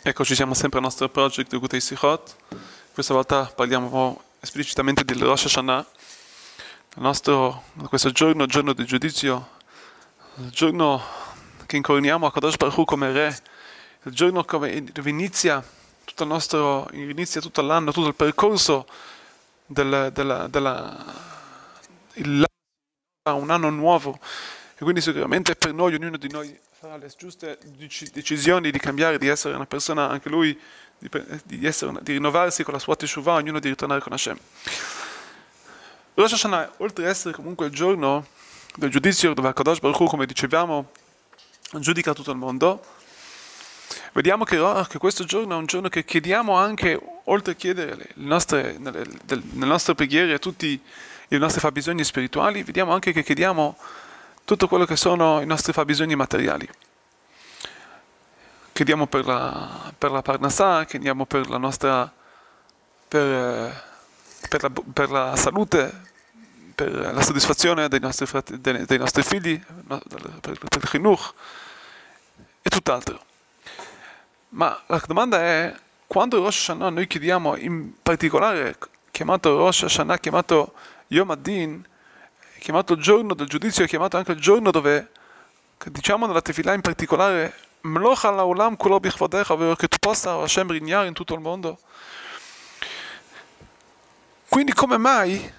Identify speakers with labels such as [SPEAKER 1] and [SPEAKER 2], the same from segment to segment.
[SPEAKER 1] Eccoci, siamo sempre al nostro project Gutei Sichot. Questa volta parliamo esplicitamente del Rosh Hashanah, questo giorno del giudizio, il giorno che incoroniamo a Kadosh Baruch Hu come Re, il giorno dove inizia tutto l'anno, tutto il percorso un anno nuovo. E quindi sicuramente per noi, ognuno di noi farà le giuste decisioni di cambiare, di essere una persona, anche lui, di rinnovarsi con la sua teshuvah, ognuno di ritornare con Hashem. Rosh Hashanah, oltre ad essere comunque il giorno del giudizio dove Kadosh Baruch Hu, come dicevamo, giudica tutto il mondo, vediamo che questo giorno è un giorno che chiediamo anche, oltre a chiedere nelle nostre preghiere tutti i nostri fabbisogni spirituali, vediamo anche che chiediamo tutto quello che sono i nostri fabbisogni materiali. Chiediamo per la Parnassah, chiediamo per la salute, per la soddisfazione dei nostri figli, per il chinuch e tutt'altro. Ma la domanda è, quando Rosh Hashanah noi chiediamo, in particolare chiamato Rosh Hashanah, chiamato Yom Adin, chiamato il giorno del giudizio, è chiamato anche il giorno dove, diciamo nella Tefillah in particolare, Mloch ha'olam kulo bichvodecha, ovvero che tu possa Hashem regnare in tutto il mondo. Quindi come mai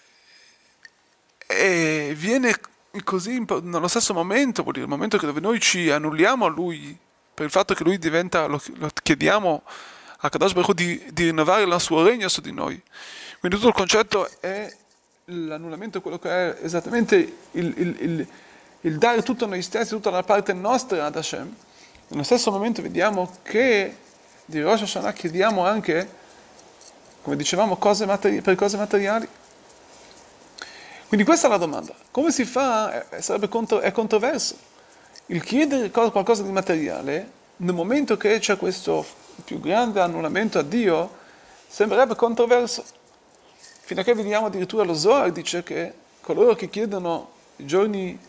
[SPEAKER 1] viene così nello stesso momento, vuol dire il momento dove noi ci annulliamo a Lui, per il fatto che Lui lo chiediamo a Kadosh Baruch Hu di rinnovare il suo regno su di noi. Quindi tutto il concetto è l'annullamento, quello che è esattamente il dare tutto a noi stessi, tutta la parte nostra ad Hashem. Nello stesso momento vediamo che di Rosh Hashanah chiediamo anche, come dicevamo, per cose materiali. Quindi questa è la domanda. Come si fa? È controverso. Il chiedere qualcosa di materiale, nel momento che c'è questo più grande annullamento a Dio, sembrerebbe controverso. Fino a che vediamo addirittura lo Zohar dice che coloro che chiedono i giorni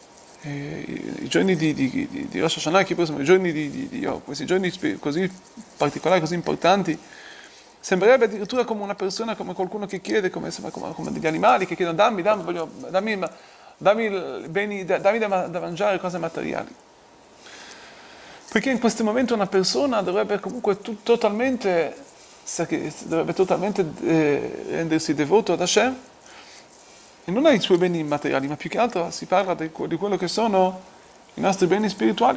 [SPEAKER 1] di Rosh Hashanah, i giorni questi giorni così particolari, così importanti, sembrerebbe addirittura come una persona, come qualcuno che chiede, come degli animali che chiedono dammi beni, dammi da mangiare, cose materiali. Perché in questo momento una persona dovrebbe comunque dovrebbe totalmente rendersi devoto ad Hashem, e non ai suoi beni materiali, ma più che altro si parla di quello che sono i nostri beni spirituali.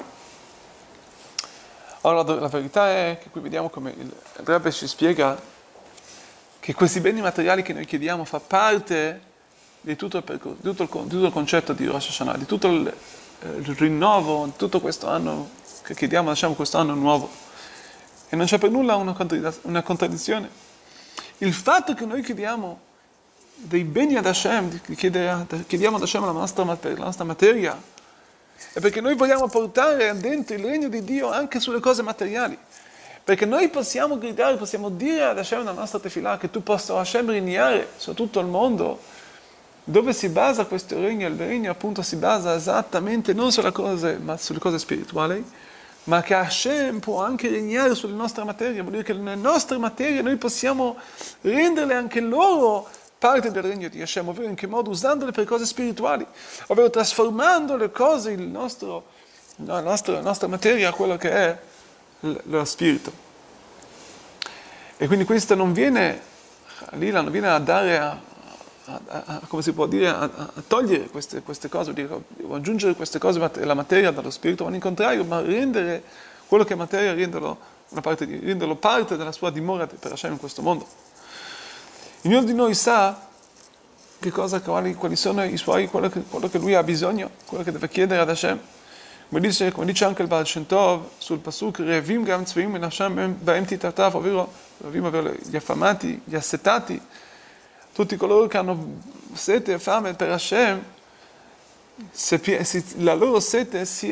[SPEAKER 1] Allora la verità è che qui vediamo come il Rebbe ci spiega che questi beni materiali che noi chiediamo fa parte di tutto il concetto di Rosh Hashanah, di tutto il rinnovo, di tutto questo anno che chiediamo, lasciamo questo anno nuovo. E non c'è per nulla una contraddizione. Il fatto che noi chiediamo dei beni ad Hashem, chiediamo ad Hashem la nostra materia, è perché noi vogliamo portare dentro il regno di Dio anche sulle cose materiali. Perché noi possiamo gridare, possiamo dire ad Hashem nella nostra tefillah che tu possa Hashem regnare su tutto il mondo. Dove si basa questo regno? Il regno appunto si basa esattamente non sulle cose spirituali, ma che Hashem può anche regnare sulle nostre materie. Vuol dire che le nostre materie noi possiamo renderle anche loro parte del regno di Hashem, ovvero in che modo? Usandole per cose spirituali, ovvero trasformando le cose, la nostra materia a quello che è lo spirito. E quindi questo non viene a dare come si può dire, a togliere queste cose, o aggiungere queste cose, la materia dallo spirito, ma al contrario, ma rendere quello che è materia, renderlo parte della sua dimora per Hashem in questo mondo. Ognuno di noi sa quali sono i suoi, quello che lui ha bisogno, quello che deve chiedere ad Hashem. Come dice anche il Baal Shem Tov sul Pasuk, Revim gam tzveim min Hashem ba'em titatav, ovvero gli affamati, gli assetati, tutti coloro che hanno sete e fame per Hashem, la loro sete si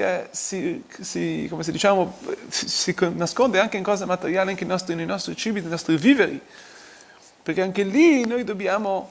[SPEAKER 1] nasconde anche in cose materiali, anche nei nostri cibi, nei nostri viveri, perché anche lì noi dobbiamo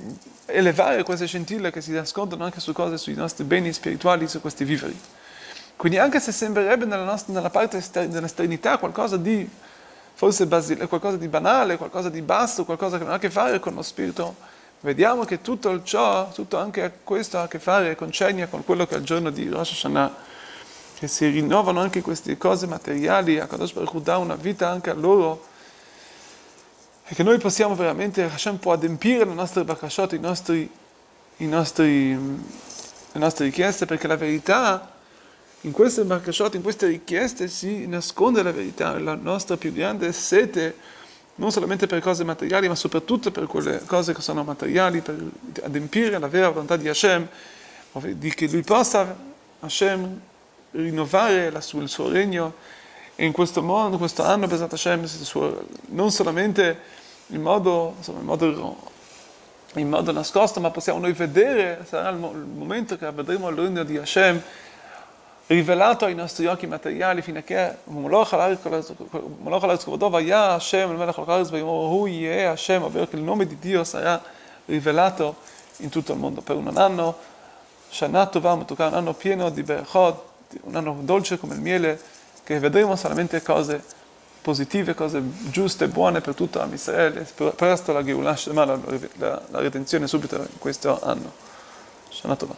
[SPEAKER 1] elevare queste scintille che si nascondono anche sui nostri beni spirituali, su questi viveri. Quindi anche se sembrerebbe nella parte dell'esternità qualcosa di forse qualcosa di banale, qualcosa di basso, qualcosa che non ha a che fare con lo spirito, vediamo che tutto ciò, tutto anche questo ha a che fare, concegna con quello che è il giorno di Rosh Hashanah, che si rinnovano anche queste cose materiali, HaKadosh Baruch Hu dà una vita anche a loro, e che noi possiamo veramente, Hashem può adempiere le nostre bakashot, le nostre richieste, perché la verità, in queste bakashot, in queste richieste si nasconde la verità, la nostra più grande sete, non solamente per cose materiali, ma soprattutto per quelle cose che sono materiali, per adempiere la vera volontà di Hashem, di che Lui possa, Hashem, rinnovare il suo regno, e in questo mondo, in questo anno, Bezat Hashem, non solamente in modo nascosto, ma possiamo noi vedere, sarà il momento che vedremo il regno di Hashem rivelato ai nostri occhi materiali, fino a che ovvero che il nome di Dio sarà rivelato in tutto il mondo per un anno, Shana Tova Metuka, un anno pieno di berachot, un anno dolce come il miele, che vedremo solamente cose positive, cose giuste, buone per tutto Am Israele, presto la Geulah Shema, la redenzione subito in questo anno. Shana Tova.